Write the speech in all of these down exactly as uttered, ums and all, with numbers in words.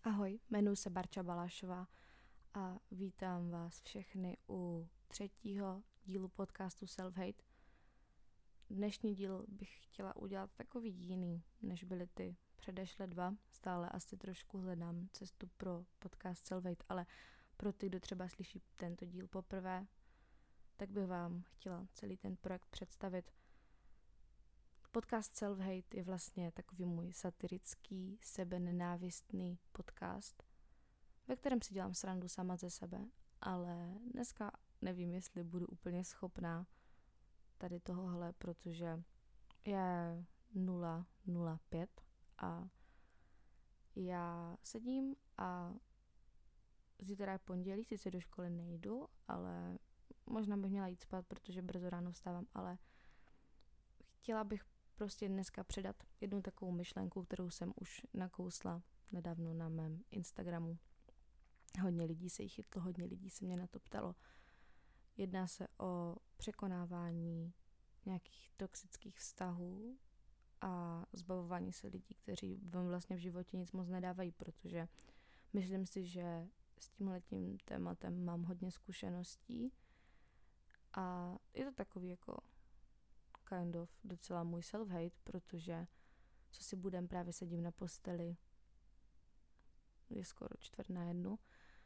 Ahoj, jmenuji se Barča Balášová a vítám vás všechny u třetího dílu podcastu Self-Hate. Dnešní díl bych chtěla udělat takový jiný, než byly ty předešlé dva. Stále asi trošku hledám cestu pro podcast Self-Hate, ale pro ty, kdo třeba slyší tento díl poprvé, tak bych vám chtěla celý ten projekt představit. Podcast Self-Hate je vlastně takový můj satirický, sebenenávistný podcast, ve kterém si dělám srandu sama ze sebe, ale dneska nevím, jestli budu úplně schopná tady tohohle, protože je nula nula pět a já sedím a zítra je pondělí, sice do školy nejdu, ale možná bych měla jít spát, protože brzo ráno vstávám, ale chtěla bych prostě dneska předat jednu takovou myšlenku, kterou jsem už nakousla nedávno na mém Instagramu. Hodně lidí se jí chytlo, hodně lidí se mě na to ptalo. Jedná se o překonávání nějakých toxických vztahů a zbavování se lidí, kteří vám vlastně v životě nic moc nedávají, protože myslím si, že s tímhletím tématem mám hodně zkušeností a je to takový jako kind of docela můj self-hate, protože co si budem, právě sedím na posteli, je skoro čtvrt na jednu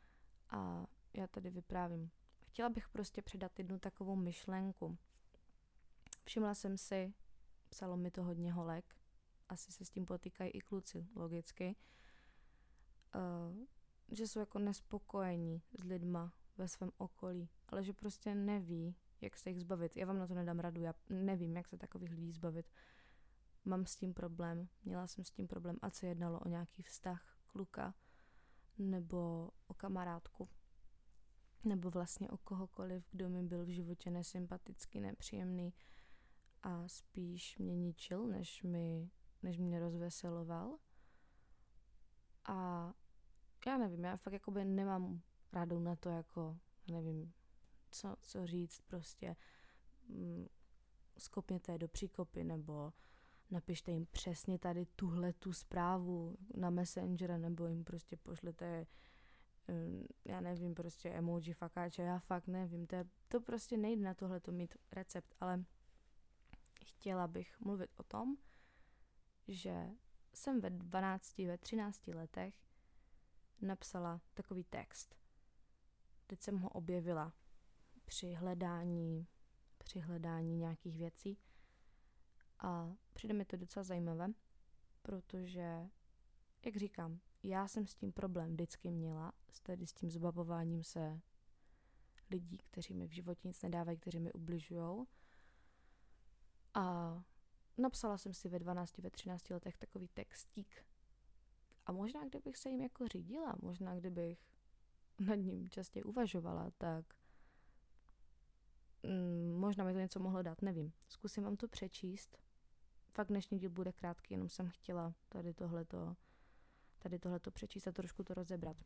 a já tady vyprávím. Chtěla bych prostě předat jednu takovou myšlenku. Všimla jsem si, psalo mi to hodně holek, asi se s tím potýkají i kluci, logicky, uh, že jsou jako nespokojení s lidma ve svém okolí, ale že prostě neví, jak se jich zbavit. Já vám na to nedám radu, já nevím, jak se takových lidí zbavit. Mám s tím problém, měla jsem s tím problém, ať se jednalo o nějaký vztah kluka, nebo o kamarádku, nebo vlastně o kohokoliv, kdo mi byl v životě nesympatický, nepříjemný a spíš mě ničil, než, mi, než mě rozveseloval. A já nevím, já fakt jakoby nemám radu na to, jako, nevím, co, co říct, prostě mm, skopněte je do příkopy, nebo napište jim přesně tady tuhle tu zprávu na Messenger, nebo jim prostě pošlete, já nevím, prostě emoji fakáče, já fakt nevím, to, je, to prostě nejde na tohle to mít recept, ale chtěla bych mluvit o tom, že jsem ve dvanácti, ve třinácti letech napsala takový text. Teď jsem ho objevila při hledání, při hledání nějakých věcí a přijde mi to docela zajímavé, protože, jak říkám, já jsem s tím problém vždycky měla, tedy s tím zbavováním se lidí, kteří mi v životě nic nedávají, kteří mi ubližujou. A napsala jsem si ve dvanácti, ve třinácti letech takový textík. A možná, kdybych se jim jako řídila, možná, kdybych nad ním častěji uvažovala, tak mm, možná mi to něco mohlo dát, nevím. Zkusím vám to přečíst. Fakt dnešní díl bude krátký, jenom jsem chtěla tady tohleto, tady tohleto přečíst a trošku to rozebrat.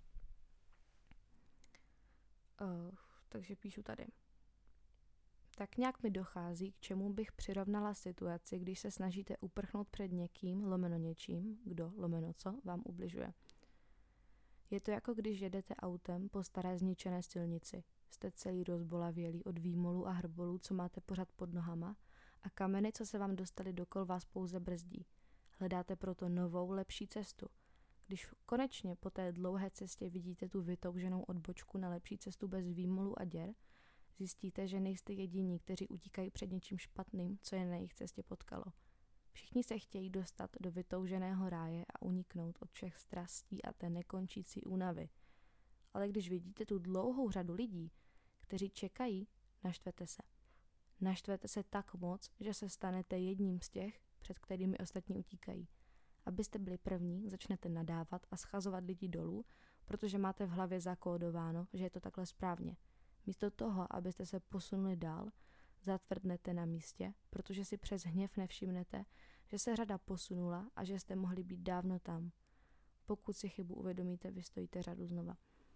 Uh, takže píšu tady. Tak nějak mi dochází, k čemu bych přirovnala situaci, když se snažíte uprchnout před někým, lomeno něčím, kdo, lomeno co, vám ubližuje. Je to jako když jedete autem po staré zničené silnici. Jste celý rozbolavělý od výmolů a hrbolů, co máte pořád pod nohama, a kameny, co se vám dostaly do kol, vás pouze brzdí. Hledáte proto novou, lepší cestu. Když konečně po té dlouhé cestě vidíte tu vytouženou odbočku na lepší cestu bez výmolů a děr, zjistíte, že nejste jediní, kteří utíkají před něčím špatným, co je na jejich cestě potkalo. Všichni se chtějí dostat do vytouženého ráje a uniknout od všech strastí a té nekončící únavy. Ale když vidíte tu dlouhou řadu lidí, kteří čekají, naštvete se. Naštvete se tak moc, že se stanete jedním z těch, před kterými ostatní utíkají. Abyste byli první, začnete nadávat a schazovat lidi dolů, protože máte v hlavě zakódováno, že je to takhle správně. Místo toho, abyste se posunuli dál, zatvrdnete na místě, protože si přes hněv nevšimnete, že se řada posunula a že jste mohli být dávno tam. Pokud si chybu uvědomíte, vystojíte řadu znova.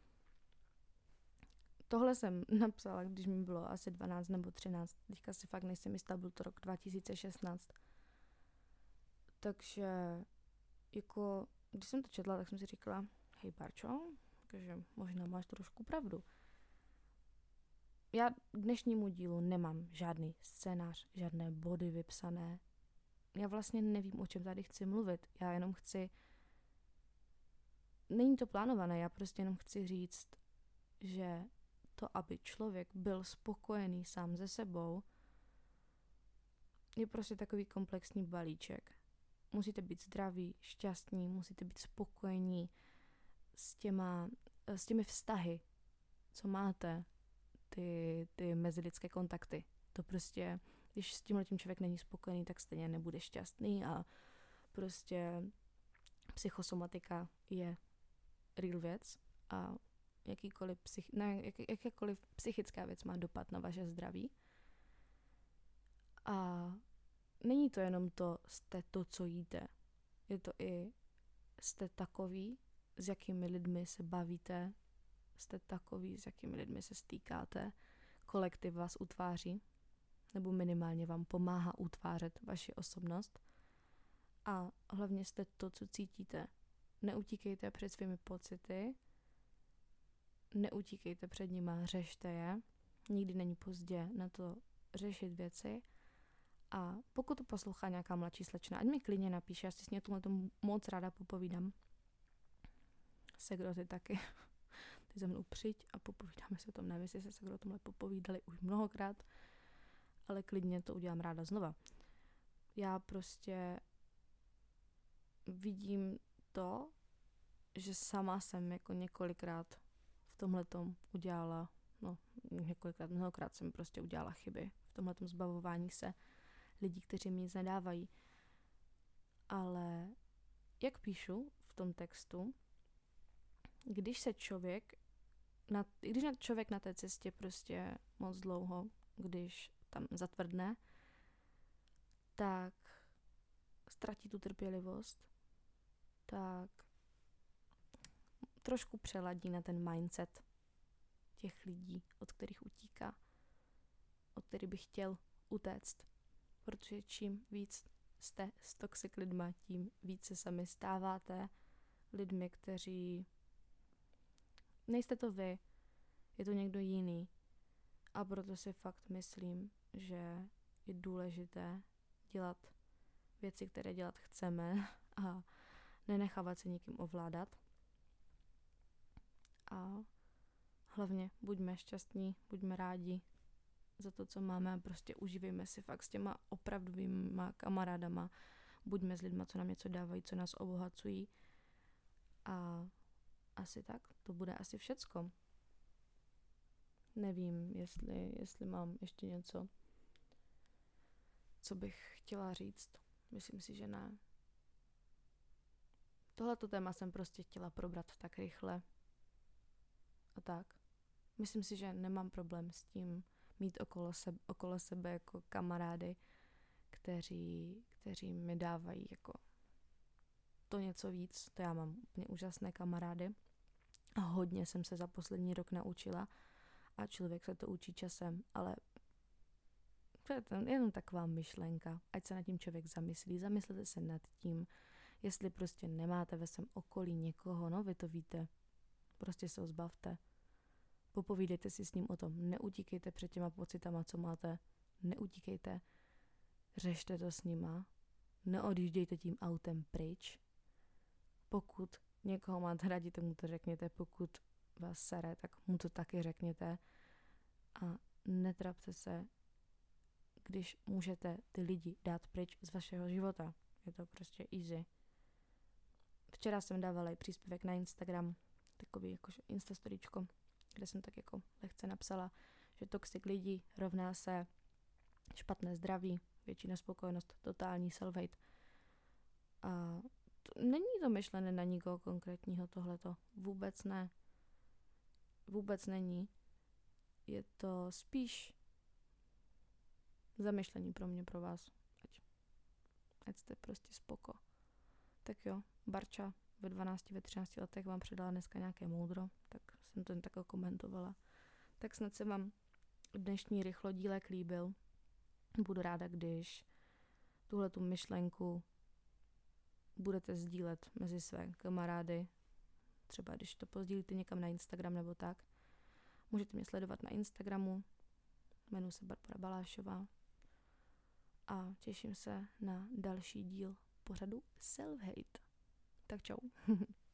Tohle jsem napsala, když mi bylo asi dvanáct nebo třináct. Teďka si fakt nejsem jistá, byl to rok dva tisíce šestnáct. Takže jako, když jsem to četla, tak jsem si říkala, hej Barčo, takže možná máš trošku pravdu. Já k dnešnímu dílu nemám žádný scénář, žádné body vypsané. Já vlastně nevím, o čem tady chci mluvit. Já jenom chci... Není to plánované, já prostě jenom chci říct, že to, aby člověk byl spokojený sám se sebou, je prostě takový komplexní balíček. Musíte být zdraví, šťastní, musíte být spokojení s těma, s těmi vztahy, co máte, ty, ty mezilidské kontakty. To prostě, když s tímhletím člověk není spokojený, tak stejně nebude šťastný a prostě psychosomatika je real věc a jakýkoliv psych, ne, jak, jakákoliv psychická věc má dopad na vaše zdraví. A není to jenom to, jste to, co jíte. Je to i, jste takový, s jakými lidmi se bavíte, jste takový, s jakými lidmi se stýkáte, kolektiv vás utváří, nebo minimálně vám pomáhá utvářet vaši osobnost. A hlavně jste to, co cítíte. Neutíkejte před svými pocity, neutíkejte před nima, řešte je. Nikdy není pozdě na to řešit věci. A pokud to poslouchá nějaká mladší slečna, ať mi klidně napíše, já si s ní o tom moc ráda popovídám. Segro, ty taky. Ty za mnou přijď a popovídáme se o tom. Nevím, jestli se Segro o tomhle popovídali už mnohokrát, ale klidně to udělám ráda znova. Já prostě vidím to, že sama jsem jako několikrát v tomhletom udělala, no několikrát, mnohokrát jsem prostě udělala chyby v tomhletom zbavování se lidí, kteří mi nic nedávají. Ale jak píšu v tom textu, když se člověk, na, když na člověk na té cestě prostě moc dlouho, když tam zatvrdne, tak ztratí tu trpělivost, tak trošku přeladí na ten mindset těch lidí, od kterých utíká, od kterých by chtěl utéct. Protože čím víc jste s toxic lidma, tím víc se sami stáváte lidmi, kteří... Nejste to vy, je to někdo jiný. A proto si fakt myslím, že je důležité dělat věci, které dělat chceme a nenechávat se nikým ovládat. A hlavně buďme šťastní, buďme rádi za to, co máme a prostě užívejme si fakt s těma opravdovýma kamarádama. Buďme s lidma, co nám něco dávají, co nás obohacují. A asi tak, to bude asi všecko. Nevím, jestli, jestli mám ještě něco, co bych chtěla říct. Myslím si, že ne. Tohleto téma jsem prostě chtěla probrat tak rychle. A tak. Myslím si, že nemám problém s tím mít okolo sebe, okolo sebe jako kamarády, kteří, kteří mi dávají jako to něco víc. To já mám úplně úžasné kamarády. A hodně jsem se za poslední rok naučila a člověk se to učí časem, ale to je to jenom taková myšlenka. Ať se nad tím člověk zamyslí, zamyslete se nad tím, jestli prostě nemáte ve svém okolí někoho, no vy to víte, prostě se ho zbavte. Popovídejte si s ním o tom, neutíkejte před těma pocitama, co máte, neutíkejte, řešte to s nima, neodjíždějte tím autem pryč. Pokud někoho máte rádi, tomu to řekněte, pokud vás sere, tak mu to taky řekněte a netrapte se, když můžete ty lidi dát pryč z vašeho života. Je to prostě easy. Včera jsem dávala i příspěvek na Instagram, takový jakože instastoríčko, kde jsem tak jako lehce napsala, že toxic lidi rovná se špatné zdraví, větší nespokojenost, totální self-hate. A to, není to myšlené na nikoho konkrétního tohleto. Vůbec ne. Vůbec není. Je to spíš zamyšlení pro mě, pro vás. Ať, ať jste prostě spoko. Tak jo, Barča ve dvanácti, ve třinácti letech vám předala dneska nějaké moudro, tak jsem to jen tak komentovala. Tak snad se vám dnešní rychlodílek líbil. Budu ráda, když tuhletu myšlenku budete sdílet mezi své kamarády, třeba když to pozdílíte někam na Instagram nebo tak. Můžete mě sledovat na Instagramu, jmenuji se Barbora Balášová a těším se na další díl pořadu Self-Hate. Tak čau.